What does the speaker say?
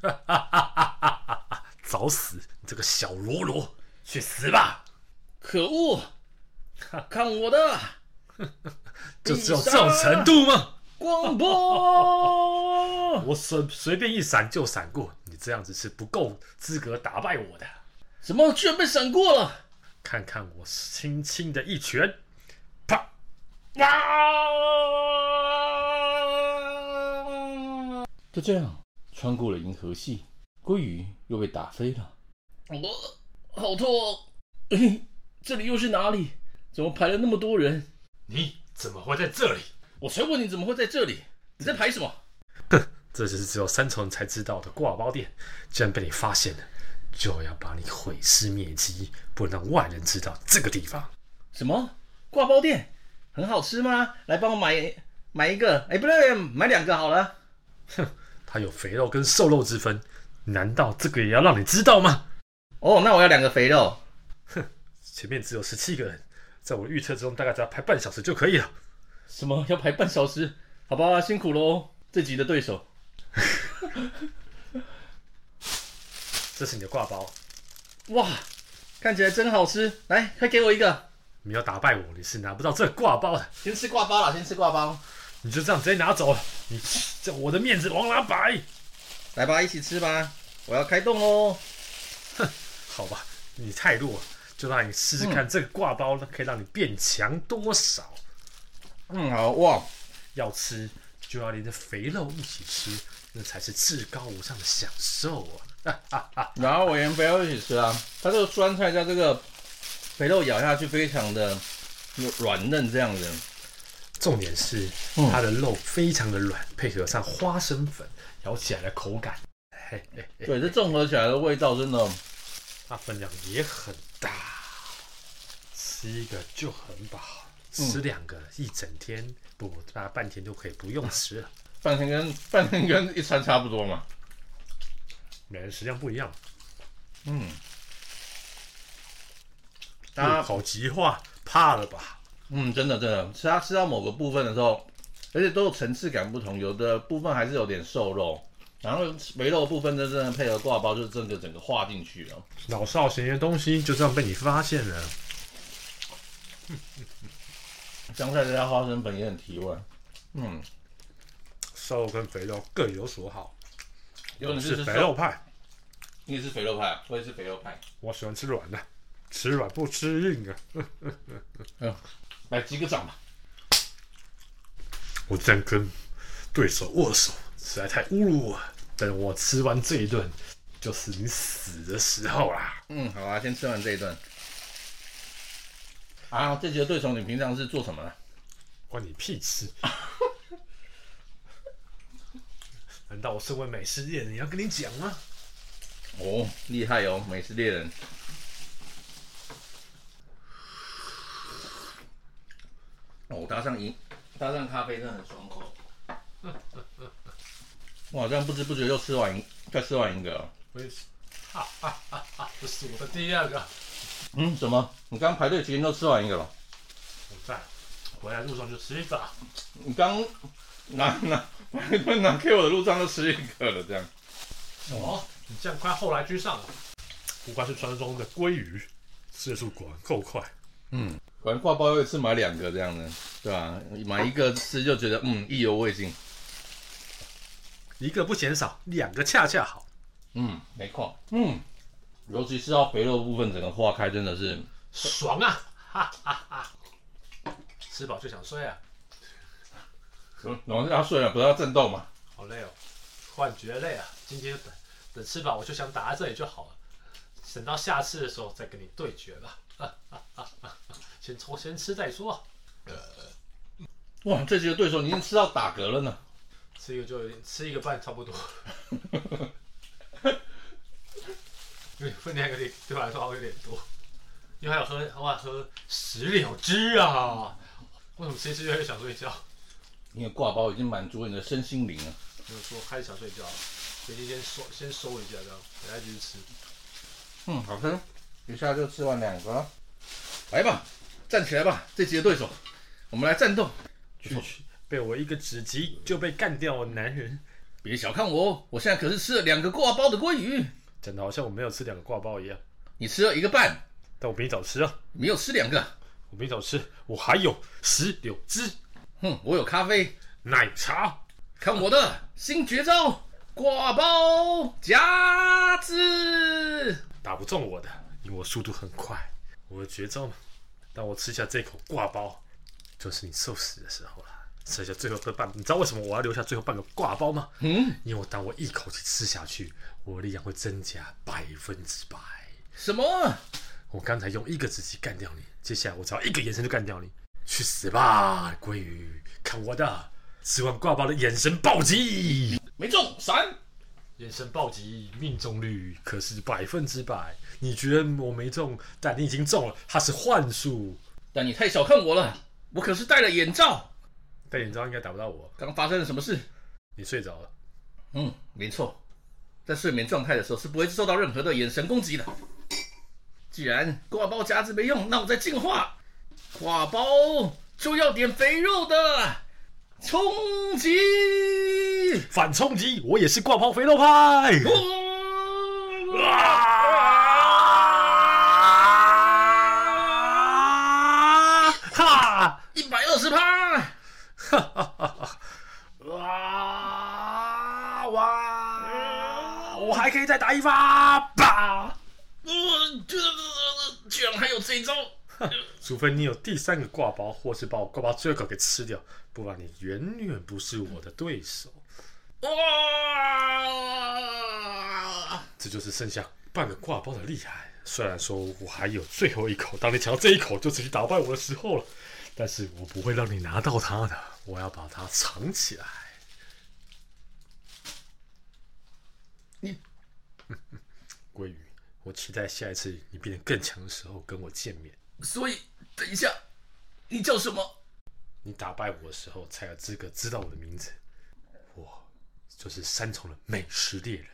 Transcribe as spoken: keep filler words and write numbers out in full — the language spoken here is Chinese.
找死！你这个小喽啰，去死吧！ 可恶！看我的！ 就只有这种程度吗？ 光波！ 我随随便一闪就闪过，你这样子是不够资格打败我的。 什么？居然被闪过了！ 看看我轻轻的一拳，啪！ 啊！就这样，穿过了银河系，鲑鱼又被打飞了。我好痛！这里又是哪里？怎么排了那么多人？ 你怎么会在这里？ 我才问你怎么会在这里？你在排什么？ 哼，这就是只有三重人才知道的挂包店，既然被你发现了，就要把你毁尸灭迹，不能让外人知道这个地方。 什么挂包店？很好吃吗？来帮我买买一个，哎，不对，买两个好了。 哼，它有肥肉跟瘦肉之分，难道这个也要让你知道吗？ 哦，那我要两个肥肉。 哼，前面只有十七个人，在我预测中大概只要排半小时就可以了。 什么要排半小时？好吧，辛苦喽，这集的对手。 这是你的挂包。 哇，看起来真好吃，来，快给我一个。 你要打败我，你是拿不到这个挂包的。 先吃挂包啦，先吃挂包。 你就这样直接拿走了，你这我的面子往哪摆？ 来吧，一起吃吧，我要开动哦。 哼，好吧，你太弱了，就让你试试看这个挂包可以让你变强多少。 嗯，好哇， 要吃就要连着肥肉一起吃，那才是至高无上的享受啊！ 然后我连肥肉一起吃啊，它这个酸菜加这个肥肉咬下去非常的软嫩，这样子。 重点是它的肉非常的软，配合上花生粉，咬起来的口感，嘿嘿嘿对，这综合起来的味道真的， 它分量也很大，吃一个就很饱。吃两个、嗯、一整天不，大概半天就可以不用吃了。 半天跟半天跟一餐差不多嘛， 每人食量不一样。 嗯， 入口即化，怕了吧？ 嗯，真的真的，吃它吃到某个部分的时候，而且都有层次感不同，有的部分还是有点瘦肉，然后肥肉的部分真正的配合挂包，就是整个整个化进去了。 老少咸宜的东西就这样被你发现了。 香菜加花生粉也很提味，嗯， 瘦肉跟肥肉各有所好。 有你是肥肉派， 你也是肥肉派，我也是肥肉派。 我喜欢吃软的，吃软不吃硬啊。 嗯，来击个掌吧。 我这样跟对手握手实在太侮辱我。等我吃完这一顿，就是你死的时候啦。 嗯，好啊，先吃完这一顿。啊，这集的对手你平常是做什么的？ 关你屁事！难道我身为美食猎人也要跟你讲吗？ 哦，厉害哦，美食猎人。哦，搭上饮，搭上咖啡真的很爽口。哇，这样不知不觉又吃完，再吃完一个了。 哈哈哈哈！这是我的第二个。 嗯，什么？你刚排队期间都吃完一个了？ 我在回来路上就吃一个。 你刚拿拿排队拿给我的路上就吃一个了，这样。 哦，你这样快后来居上了。不愧是传说中的鲑鱼，吃的速果然够快。 嗯，果然挂包有一次买两个这样的，对吧？买一个吃就觉得嗯意犹未尽。 一个不嫌少，两个恰恰好。 嗯，没错。嗯。尤其是到肥肉部分，整个化开真的是爽啊！哈哈哈！吃饱就想睡啊。 嗯，然后要睡了，不是要震动吗？ 好累哦，幻觉累啊！今天等等吃饱，我就想打在这里就好了。等到下次的时候再跟你对决吧。啊啊啊啊、先抽先吃再说。呃， 哇，这集的对手你已经吃到打嗝了呢。 吃一个就有点，吃一个半差不多。因为分量有点对我来说好像有点多，因为还有喝，我还喝石榴汁啊！为什么吃一吃越来越想睡觉？ 因为挂包已经满足了你的身心灵了。 没有说开始想睡觉了，决定先收先收一下，这样等下继续吃。 嗯，好吃，一下就吃完两个了。来吧，站起来吧，这集的对手，我们来战斗。 去去，被我一个指击就被干掉的男人， 别小看我，我现在可是吃了两个挂包的鲑鱼。 讲的好像我没有吃两个挂包一样。 你吃了一个半， 但我比你早吃啊。 没有吃两个。 我比你早吃，我还有石榴汁。 哼，我有咖啡、 奶茶。 看我的新绝招，挂包夹子。 打不中我的，因为我速度很快。我的绝招嘛，当我吃下这口挂包，就是你受死的时候了。吃下最后的半，你知道为什么我要留下最后半个挂包吗？ 嗯， 因为我当我一口气吃下去，我的力量会增加百分之百。 什么？ 我刚才用一个指击干掉你，接下来我只要一个眼神就干掉你。去死吧，鲑鱼！看我的吃完挂包的眼神暴击， 没中，闪！ 眼神暴击，命中率可是百分之百。你觉得我没中，但你已经中了，它是幻术。 但你太小看我了，我可是戴了眼罩。 戴眼罩应该打不到我。 刚发生了什么事？ 你睡着了。 嗯，没错，在睡眠状态的时候是不会受到任何的眼神攻击的。既然挂包夹子没用，那我再进化，挂包就要点肥肉的冲击， 反冲击，我也是挂包肥肉派。啊！哈！ 一百二十趴！ 哈哈哈哈！哇哇！我还可以再打一发！吧！ 呃，居居然还有这一招！ 除非你有第三个挂包，或是把我挂包最后一口给吃掉，不然你远远不是我的对手。 哇！ 这就是剩下半个挂包的厉害。虽然说我还有最后一口，当你抢到这一口就直接打败我的时候了，但是我不会让你拿到它的，我要把它藏起来。 你， 鲑鱼，我期待下一次你变得更强的时候跟我见面。 所以，等一下，你叫什么？ 你打败我的时候才有资格知道我的名字。我就是三重的美食猎人。